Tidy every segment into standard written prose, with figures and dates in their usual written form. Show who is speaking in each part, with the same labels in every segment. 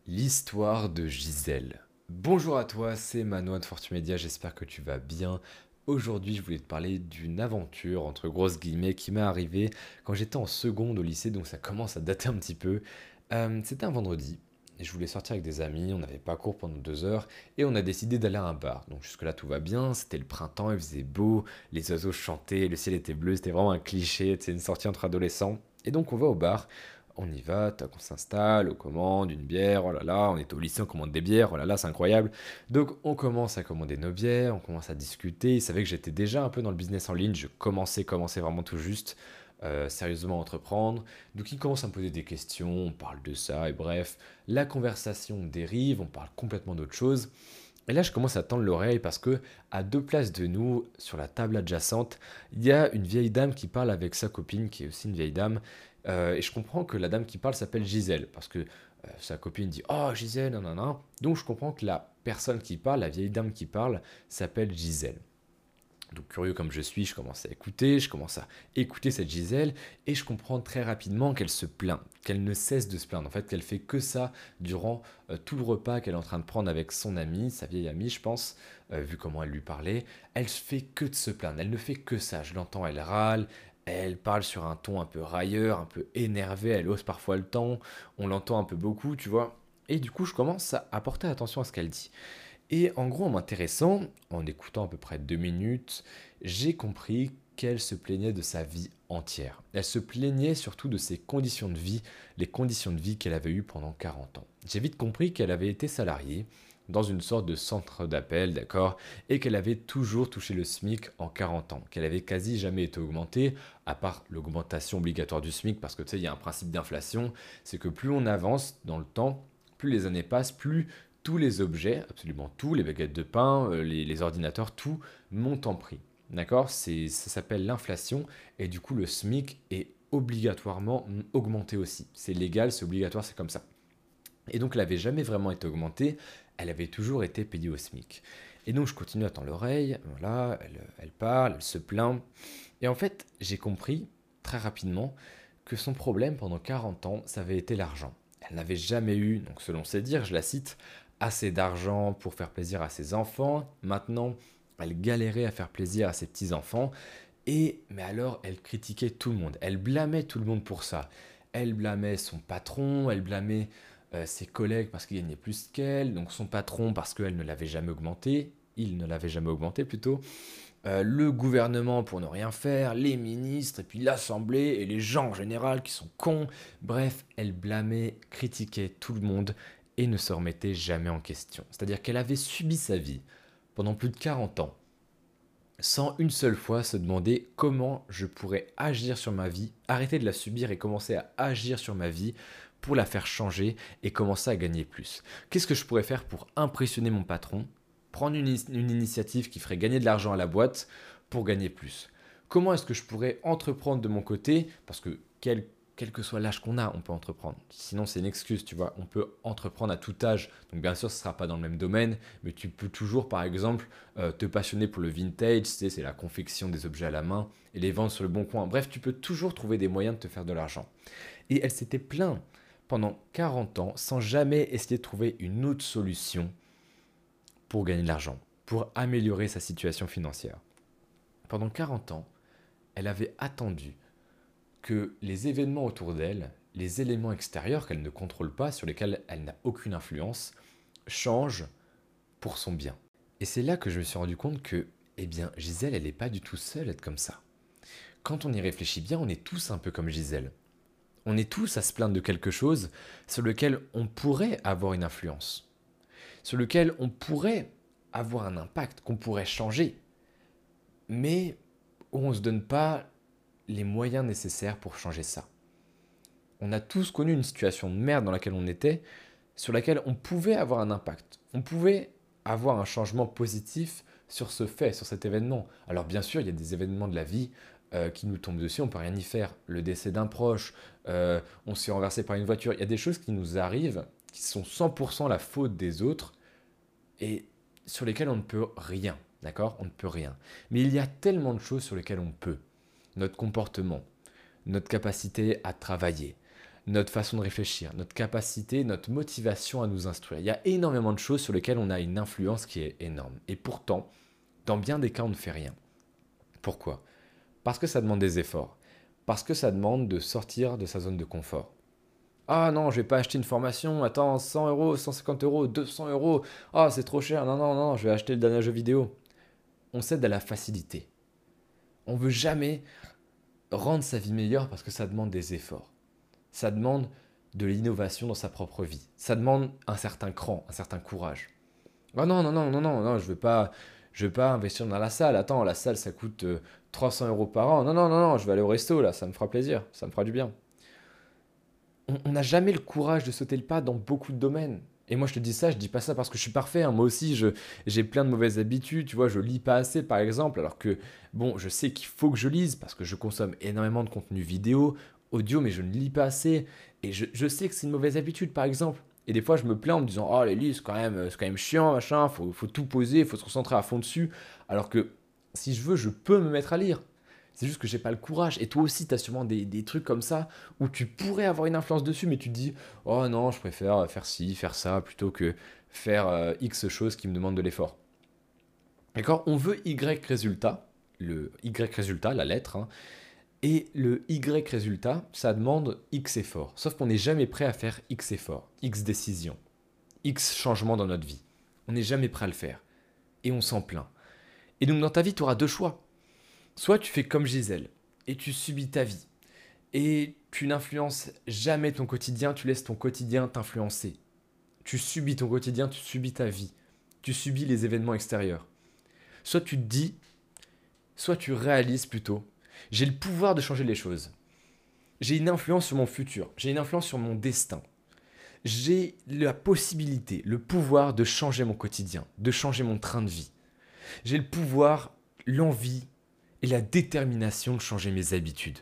Speaker 1: L'histoire de Gisèle. Bonjour à toi, c'est Manon de Fortumedia, j'espère que tu vas bien. Aujourd'hui, je voulais te parler d'une aventure, entre grosses guillemets, qui m'est arrivée quand j'étais en seconde au lycée, donc ça commence à dater un petit peu. C'était un vendredi, et je voulais sortir avec des amis, on n'avait pas cours pendant 2 heures, et on a décidé d'aller à un bar. Donc jusque-là, tout va bien, c'était le printemps, il faisait beau, les oiseaux chantaient, le ciel était bleu, c'était vraiment un cliché, c'est une sortie entre adolescents. Et donc on va au bar, on y va, tac, on s'installe, on commande une bière, oh là là, on est au lycée, on commande des bières, oh là là, c'est incroyable. Donc on commence à commander nos bières, on commence à discuter. Il savait que j'étais déjà un peu dans le business en ligne, je commençais vraiment tout juste, sérieusement à entreprendre. Donc il commence à me poser des questions, on parle de ça, et bref, la conversation dérive, on parle complètement d'autre chose. Et là, je commence à tendre l'oreille parce que, à 2 places de nous, sur la table adjacente, il y a une vieille dame qui parle avec sa copine, qui est aussi une vieille dame. Et je comprends que la dame qui parle s'appelle Gisèle, parce que sa copine dit «Oh, Gisèle, non, non, non». Donc je comprends que la personne qui parle, la vieille dame qui parle, s'appelle Gisèle. Donc curieux comme je suis, je commence à écouter cette Gisèle et je comprends très rapidement qu'elle se plaint, qu'elle ne cesse de se plaindre. En fait, qu'elle fait que ça durant tout le repas qu'elle est en train de prendre avec son amie, sa vieille amie, je pense, vu comment elle lui parlait. Elle fait que de se plaindre, elle ne fait que ça. Je l'entends, elle râle, elle parle sur un ton un peu railleur, un peu énervé, elle hausse parfois le ton, on l'entend un peu beaucoup, tu vois. Et du coup, je commence à porter attention à ce qu'elle dit. Et en gros, en m'intéressant, en écoutant à peu près 2 minutes, j'ai compris qu'elle se plaignait de sa vie entière. Elle se plaignait surtout de ses conditions de vie, les conditions de vie qu'elle avait eues pendant 40 ans. J'ai vite compris qu'elle avait été salariée dans une sorte de centre d'appel, d'accord, et qu'elle avait toujours touché le SMIC en 40 ans, qu'elle avait quasi jamais été augmentée, à part l'augmentation obligatoire du SMIC, parce que tu sais, il y a un principe d'inflation, c'est que plus on avance dans le temps, plus les années passent, plus tous les objets, absolument tous, les baguettes de pain, les ordinateurs, tout monte en prix. D'accord. Ça s'appelle l'inflation et du coup le SMIC est obligatoirement augmenté aussi. C'est légal, c'est obligatoire, c'est comme ça. Et donc elle n'avait jamais vraiment été augmentée, elle avait toujours été payée au SMIC. Et donc je continue à tendre l'oreille, voilà, elle parle, elle se plaint. Et en fait, j'ai compris très rapidement que son problème pendant 40 ans, ça avait été l'argent. Elle n'avait jamais eu, donc selon ses dires, je la cite, assez d'argent pour faire plaisir à ses enfants. Maintenant, elle galérait à faire plaisir à ses petits-enfants. Mais alors, elle critiquait tout le monde. Elle blâmait tout le monde pour ça. Elle blâmait son patron, elle blâmait ses collègues parce qu'ils gagnaient plus qu'elle, donc son patron parce qu'elle ne l'avait jamais augmenté, il ne l'avait jamais augmenté plutôt, le gouvernement pour ne rien faire, les ministres, et puis l'Assemblée, et les gens en général qui sont cons. Bref, elle blâmait, critiquait tout le monde et ne se remettait jamais en question. C'est-à-dire qu'elle avait subi sa vie pendant plus de 40 ans, sans une seule fois se demander comment je pourrais agir sur ma vie, arrêter de la subir et commencer à agir sur ma vie pour la faire changer et commencer à gagner plus. Qu'est-ce que je pourrais faire pour impressionner mon patron, prendre une initiative qui ferait gagner de l'argent à la boîte pour gagner plus? Comment est-ce que je pourrais entreprendre de mon côté? Parce que quel que soit l'âge qu'on a, on peut entreprendre. Sinon, c'est une excuse, tu vois. On peut entreprendre à tout âge. Donc, bien sûr, ce ne sera pas dans le même domaine, mais tu peux toujours, par exemple, te passionner pour le vintage, tu sais, c'est la confection des objets à la main, et les vendre sur le bon coin. Bref, tu peux toujours trouver des moyens de te faire de l'argent. Et elle s'était plainte pendant 40 ans sans jamais essayer de trouver une autre solution pour gagner de l'argent, pour améliorer sa situation financière. Pendant 40 ans, elle avait attendu que les événements autour d'elle, les éléments extérieurs qu'elle ne contrôle pas, sur lesquels elle n'a aucune influence, changent pour son bien. Et c'est là que je me suis rendu compte que, eh bien, Gisèle, elle n'est pas du tout seule à être comme ça. Quand on y réfléchit bien, on est tous un peu comme Gisèle. On est tous à se plaindre de quelque chose sur lequel on pourrait avoir une influence, sur lequel on pourrait avoir un impact, qu'on pourrait changer, mais où on ne se donne pas les moyens nécessaires pour changer ça. On a tous connu une situation de merde dans laquelle on était, sur laquelle on pouvait avoir un impact. On pouvait avoir un changement positif sur ce fait, sur cet événement. Alors bien sûr, il y a des événements de la vie qui nous tombent dessus, on ne peut rien y faire. Le décès d'un proche, on s'est renversé par une voiture. Il y a des choses qui nous arrivent, qui sont 100% la faute des autres et sur lesquelles on ne peut rien. D'accord. On ne peut rien. Mais il y a tellement de choses sur lesquelles on peut. Notre comportement, notre capacité à travailler, notre façon de réfléchir, notre capacité, notre motivation à nous instruire. Il y a énormément de choses sur lesquelles on a une influence qui est énorme. Et pourtant, dans bien des cas, on ne fait rien. Pourquoi? Parce que ça demande des efforts. Parce que ça demande de sortir de sa zone de confort. Ah non, je vais pas acheter une formation, attends, 100 euros, 150 euros, 200 euros. Ah, c'est trop cher, non, non, non, je vais acheter le dernier jeu vidéo. On cède à la facilité. On veut jamais rendre sa vie meilleure parce que ça demande des efforts. Ça demande de l'innovation dans sa propre vie. Ça demande un certain cran, un certain courage. Ah non, non, non, non, non, non, je veux pas investir dans la salle. Attends, la salle, ça coûte 300 euros par an. Non, non, non, non, je vais aller au resto, là, ça me fera plaisir, ça me fera du bien. On n'a jamais le courage de sauter le pas dans beaucoup de domaines. Et moi, je te dis ça, je dis pas ça parce que je suis parfait, hein. Moi aussi, j'ai plein de mauvaises habitudes. Tu vois, je lis pas assez, par exemple, alors que, bon, je sais qu'il faut que je lise parce que je consomme énormément de contenu vidéo, audio, mais je ne lis pas assez. Et je sais que c'est une mauvaise habitude, par exemple. Et des fois, je me plains en me disant, oh, les livres, c'est quand même chiant, machin, faut tout poser, faut se concentrer à fond dessus. Alors que, si je veux, je peux me mettre à lire. C'est juste que j'ai pas le courage. Et toi aussi, tu as sûrement des trucs comme ça où tu pourrais avoir une influence dessus, mais tu te dis, oh non, je préfère faire ci, faire ça, plutôt que faire X choses qui me demandent de l'effort. D'accord? On veut Y résultat, le Y résultat, la lettre, hein, et le Y résultat, ça demande X effort. Sauf qu'on n'est jamais prêt à faire X effort, X décision, X changement dans notre vie. On n'est jamais prêt à le faire. Et on s'en plaint. Et donc dans ta vie, tu auras deux choix. Soit tu fais comme Gisèle et tu subis ta vie et tu n'influences jamais ton quotidien, tu laisses ton quotidien t'influencer. Tu subis ton quotidien, tu subis ta vie, tu subis les événements extérieurs. Soit tu te dis, soit tu réalises plutôt, j'ai le pouvoir de changer les choses. J'ai une influence sur mon futur, j'ai une influence sur mon destin. J'ai la possibilité, le pouvoir de changer mon quotidien, de changer mon train de vie. J'ai le pouvoir, l'envie et la détermination de changer mes habitudes.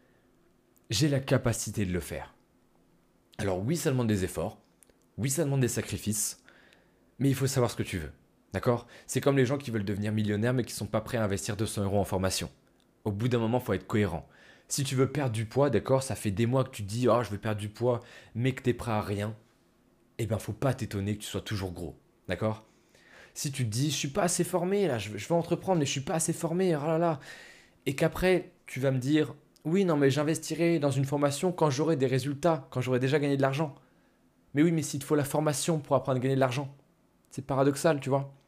Speaker 1: J'ai la capacité de le faire. Alors oui, ça demande des efforts, oui, ça demande des sacrifices, mais il faut savoir ce que tu veux. D'accord? C'est comme les gens qui veulent devenir millionnaires mais qui ne sont pas prêts à investir 200 euros en formation. Au bout d'un moment, il faut être cohérent. Si tu veux perdre du poids, d'accord, ça fait des mois que tu te dis « Oh, je veux perdre du poids », mais que tu es prêt à rien, eh ben, faut pas t'étonner que tu sois toujours gros. D'accord? Si tu te dis « Je suis pas assez formé, là, je veux entreprendre, mais je suis pas assez formé, oh là là », et qu'après, tu vas me dire oui, non, mais j'investirai dans une formation quand j'aurai des résultats, quand j'aurai déjà gagné de l'argent. Mais oui, mais s'il te faut la formation pour apprendre à gagner de l'argent. C'est paradoxal, tu vois.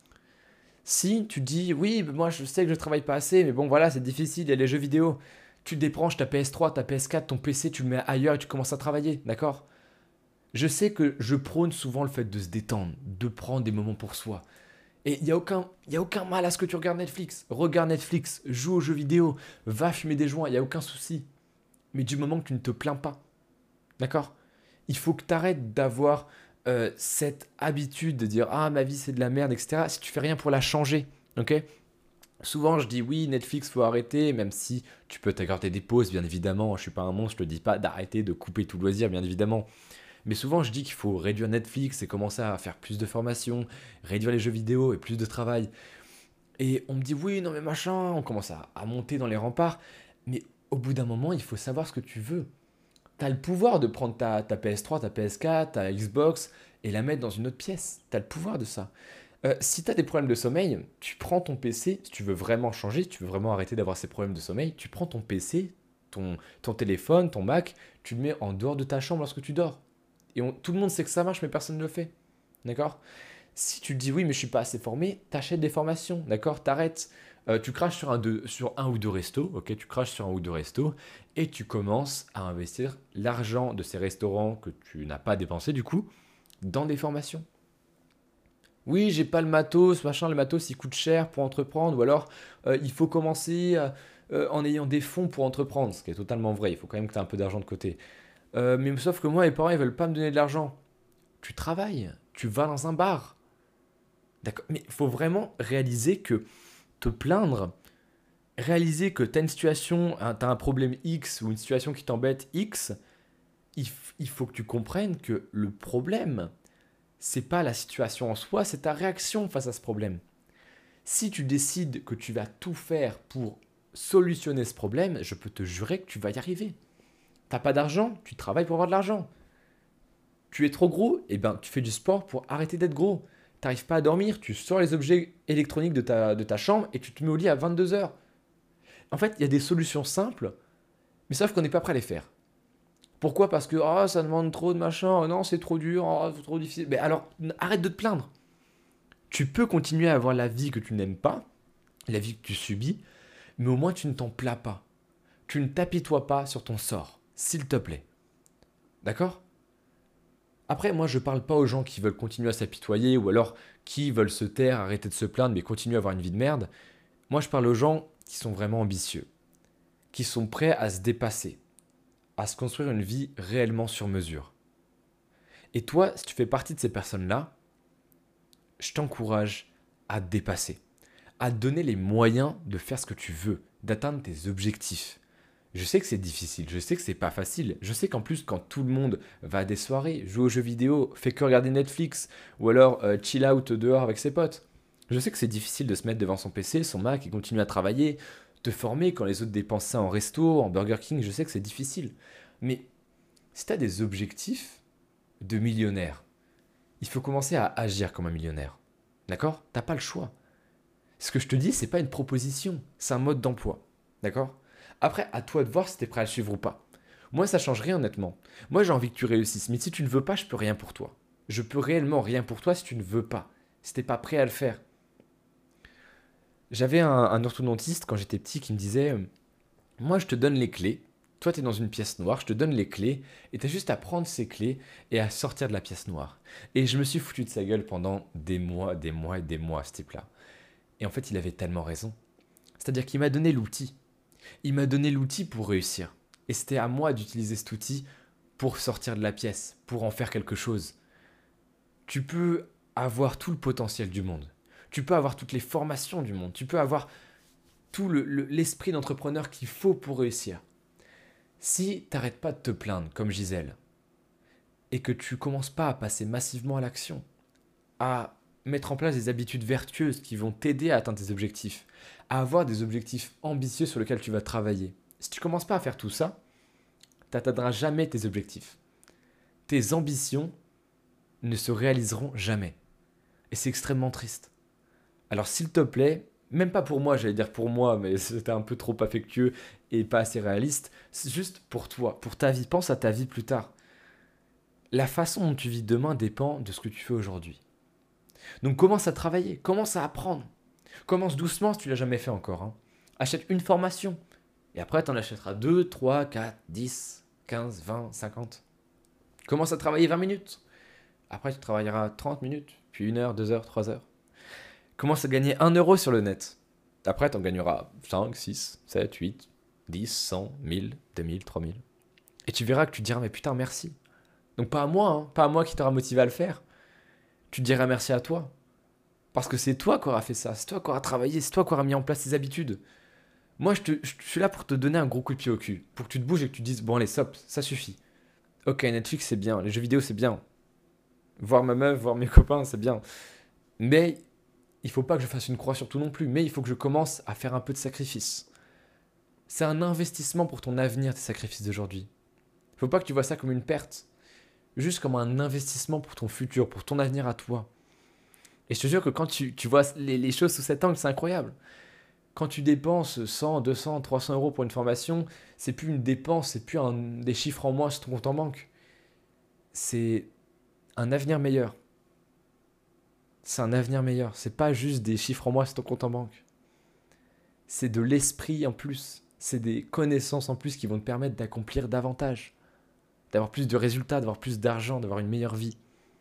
Speaker 1: Si tu dis oui, moi je sais que je travaille pas assez, mais bon voilà, c'est difficile, il y a les jeux vidéo. Tu débranches ta PS3, ta PS4, ton PC, tu le mets ailleurs et tu commences à travailler, d'accord? Je sais que je prône souvent le fait de se détendre, de prendre des moments pour soi. Et il y a aucun mal à ce que tu regardes Netflix. Regarde Netflix, joue aux jeux vidéo, va fumer des joints, il n'y a aucun souci. Mais du moment que tu ne te plains pas, d'accord? Il faut que tu arrêtes d'avoir cette habitude de dire ah ma vie c'est de la merde, etc. Si tu fais rien pour la changer, ok? Souvent je dis oui Netflix faut arrêter, même si tu peux t'accorder des pauses bien évidemment. Je suis pas un monstre, je te dis pas d'arrêter de couper tout loisir bien évidemment. Mais souvent, je dis qu'il faut réduire Netflix et commencer à faire plus de formations, réduire les jeux vidéo et plus de travail. Et on me dit, oui, non, mais machin, on commence à monter dans les remparts. Mais au bout d'un moment, il faut savoir ce que tu veux. Tu as le pouvoir de prendre ta PS3, ta PS4, ta Xbox et la mettre dans une autre pièce. Tu as le pouvoir de ça. Si tu as des problèmes de sommeil, tu prends ton PC, si tu veux vraiment changer, si tu veux vraiment arrêter d'avoir ces problèmes de sommeil, tu prends ton PC, ton téléphone, ton Mac, tu le mets en dehors de ta chambre lorsque tu dors. Et tout le monde sait que ça marche, mais personne ne le fait. D'accord? Si tu te dis oui, mais je suis pas assez formé, t'achètes des formations. D'accord? T'arrêtes. Tu craches sur un ou deux restos. Ok? Tu craches sur un ou deux restos. Et tu commences à investir l'argent de ces restaurants que tu n'as pas dépensé du coup dans des formations. Oui, j'ai pas le matos, machin, le matos il coûte cher pour entreprendre, ou alors il faut commencer en ayant des fonds pour entreprendre, ce qui est totalement vrai, il faut quand même que tu aies un peu d'argent de côté. Mais sauf que moi, mes parents, ils veulent pas me donner de l'argent. Tu travailles, tu vas dans un bar. D'accord. Mais il faut vraiment réaliser que te plaindre, réaliser que tu as une situation, tu as un problème X ou une situation qui t'embête X, il faut que tu comprennes que le problème, c'est pas la situation en soi, c'est ta réaction face à ce problème. Si tu décides que tu vas tout faire pour solutionner ce problème, je peux te jurer que tu vas y arriver. T'as pas d'argent, tu travailles pour avoir de l'argent. Tu es trop gros, eh ben, tu fais du sport pour arrêter d'être gros. T'arrives pas à dormir, tu sors les objets électroniques de ta chambre et tu te mets au lit à 22 heures. En fait, il y a des solutions simples, mais sauf qu'on n'est pas prêt à les faire. Pourquoi? Parce que ah, ça demande trop de machin, oh non, c'est trop dur, oh, c'est trop difficile. Mais alors, arrête de te plaindre. Tu peux continuer à avoir la vie que tu n'aimes pas, la vie que tu subis, mais au moins tu ne t'en plains pas. Tu ne t'apitoies pas sur ton sort, s'il te plaît. D'accord? Après, moi, je parle pas aux gens qui veulent continuer à s'apitoyer ou alors qui veulent se taire, arrêter de se plaindre, mais continuer à avoir une vie de merde. Moi, je parle aux gens qui sont vraiment ambitieux, qui sont prêts à se dépasser, à se construire une vie réellement sur mesure. Et toi, si tu fais partie de ces personnes-là, je t'encourage à te dépasser, à te donner les moyens de faire ce que tu veux, d'atteindre tes objectifs. Je sais que c'est difficile, je sais que c'est pas facile. Je sais qu'en plus, quand tout le monde va à des soirées, joue aux jeux vidéo, fait que regarder Netflix, ou alors chill out dehors avec ses potes, je sais que c'est difficile de se mettre devant son PC, son Mac et continuer à travailler, te former quand les autres dépensent ça en resto, en Burger King, je sais que c'est difficile. Mais si tu as des objectifs de millionnaire, il faut commencer à agir comme un millionnaire. D'accord? T'as pas le choix. Ce que je te dis, c'est pas une proposition, c'est un mode d'emploi. D'accord? Après, à toi de voir si t'es prêt à le suivre ou pas. Moi, ça change rien honnêtement. Moi, j'ai envie que tu réussisses, mais si tu ne veux pas, je peux rien pour toi. Je peux réellement rien pour toi si tu ne veux pas, si t'es pas prêt à le faire. J'avais un orthodontiste quand j'étais petit qui me disait moi, je te donne les clés. Toi, tu es dans une pièce noire, je te donne les clés, et tu as juste à prendre ces clés et à sortir de la pièce noire. Et je me suis foutu de sa gueule pendant des mois et des mois, ce type-là. Et en fait, il avait tellement raison. C'est-à-dire qu'il m'a donné l'outil. Il m'a donné l'outil pour réussir. Et c'était à moi d'utiliser cet outil pour sortir de la pièce, pour en faire quelque chose. Tu peux avoir tout le potentiel du monde. Tu peux avoir toutes les formations du monde. Tu peux avoir tout l'esprit d'entrepreneur qu'il faut pour réussir. Si t'arrêtes pas de te plaindre, comme Gisèle, et que tu commences pas à passer massivement à l'action, à mettre en place des habitudes vertueuses qui vont t'aider à atteindre tes objectifs, à avoir des objectifs ambitieux sur lesquels tu vas travailler, si tu commences pas à faire tout ça, t'atteindras jamais tes objectifs. Tes ambitions ne se réaliseront jamais. Et c'est extrêmement triste. Alors s'il te plaît, même pas pour moi, j'allais dire pour moi, mais c'était un peu trop affectueux et pas assez réaliste, c'est juste pour toi, pour ta vie, pense à ta vie plus tard. La façon dont tu vis demain dépend de ce que tu fais aujourd'hui. Donc commence à travailler, commence à apprendre. Commence doucement si tu l'as jamais fait encore. Hein. Achète une formation. Et après, tu en achèteras 2, 3, 4, 10, 15, 20, 50. Commence à travailler 20 minutes. Après, tu travailleras 30 minutes, puis 1 heure, 2 heures, 3 heures. Commence à gagner 1 euro sur le net. Après, tu en gagneras 5, 6, 7, 8, 10, 100, 1000, 2000, 3000. Et tu verras que tu te diras, mais putain, merci. Donc pas à moi, hein, pas à moi qui t'aura motivé à le faire. Tu te diras merci à toi. Parce que c'est toi qui auras fait ça, c'est toi qui auras travaillé, c'est toi qui auras mis en place ces habitudes. Moi, je suis là pour te donner un gros coup de pied au cul. Pour que tu te bouges et que tu te dises, bon allez, stop, ça suffit. Ok, Netflix, c'est bien, les jeux vidéo, c'est bien. Voir ma meuf, voir mes copains, c'est bien. Mais il faut pas que je fasse une croix sur tout non plus. Mais il faut que je commence à faire un peu de sacrifice. C'est un investissement pour ton avenir, tes sacrifices d'aujourd'hui. Il faut pas que tu vois ça comme une perte. Juste comme un investissement pour ton futur, pour ton avenir à toi. Et je te jure que quand tu vois les choses sous cet angle, c'est incroyable. Quand tu dépenses 100, 200, 300 euros pour une formation, c'est plus une dépense, c'est plus des chiffres en moins sur ton compte en banque. C'est un avenir meilleur. C'est un avenir meilleur. C'est pas juste des chiffres en moins sur ton compte en banque. C'est de l'esprit en plus. C'est des connaissances en plus qui vont te permettre d'accomplir davantage. D'avoir plus de résultats, d'avoir plus d'argent, d'avoir une meilleure vie.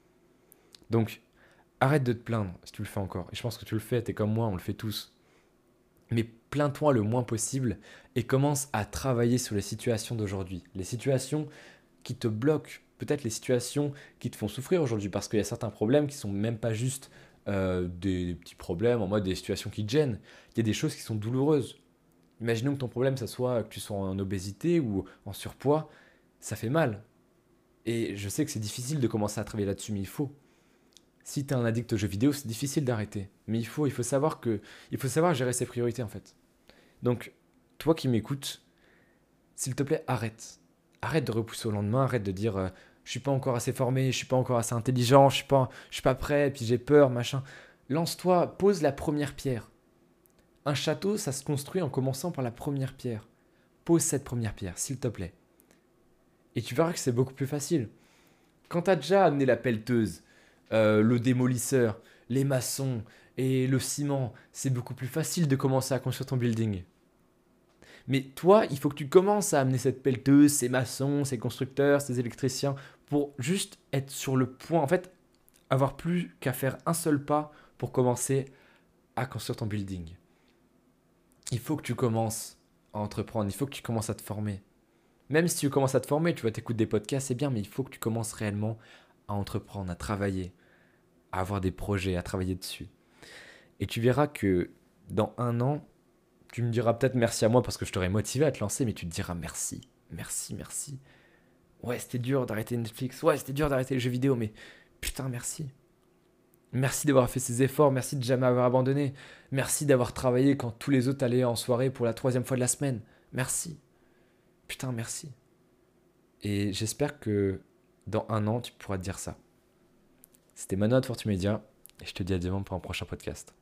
Speaker 1: Donc, arrête de te plaindre si tu le fais encore. Et je pense que tu le fais, t'es comme moi, on le fait tous. Mais plains-toi le moins possible et commence à travailler sur les situations d'aujourd'hui. Les situations qui te bloquent, peut-être les situations qui te font souffrir aujourd'hui, parce qu'il y a certains problèmes qui sont même pas juste des petits problèmes, en mode des situations qui te gênent. Il y a des choses qui sont douloureuses. Imaginons que ton problème, ça soit que tu sois en obésité ou en surpoids, ça fait mal. Et je sais que c'est difficile de commencer à travailler là-dessus, mais il faut. Si tu es un addict aux jeux vidéo, c'est difficile d'arrêter. Mais il faut savoir gérer ses priorités en fait. Donc, toi qui m'écoutes, s'il te plaît, arrête. Arrête de repousser au lendemain, arrête de dire je suis pas encore assez formé, je suis pas encore assez intelligent, je suis pas prêt, puis j'ai peur, machin. Lance-toi, pose la première pierre. Un château, ça se construit en commençant par la première pierre. Pose cette première pierre, s'il te plaît. Et tu verras que c'est beaucoup plus facile. Quand tu as déjà amené la pelleteuse, le démolisseur, les maçons et le ciment, c'est beaucoup plus facile de commencer à construire ton building. Mais toi, il faut que tu commences à amener cette pelleteuse, ces maçons, ces constructeurs, ces électriciens, pour juste être sur le point, en fait, avoir plus qu'à faire un seul pas pour commencer à construire ton building. Il faut que tu commences à entreprendre, il faut que tu commences à te former. Même si tu commences à te former, tu vas t'écouter des podcasts, c'est bien, mais il faut que tu commences réellement à entreprendre, à travailler, à avoir des projets, à travailler dessus. Et tu verras que dans un an, tu me diras peut-être merci à moi parce que je t'aurais motivé à te lancer, mais tu te diras merci, merci, merci. Ouais, c'était dur d'arrêter Netflix, ouais, c'était dur d'arrêter les jeux vidéo, mais putain, merci. Merci d'avoir fait ces efforts, merci de jamais avoir abandonné, merci d'avoir travaillé quand tous les autres allaient en soirée pour la troisième fois de la semaine. Merci, putain, merci. Et j'espère que dans un an, tu pourras te dire ça. C'était Manoa de Fortumedia, et je te dis à demain pour un prochain podcast.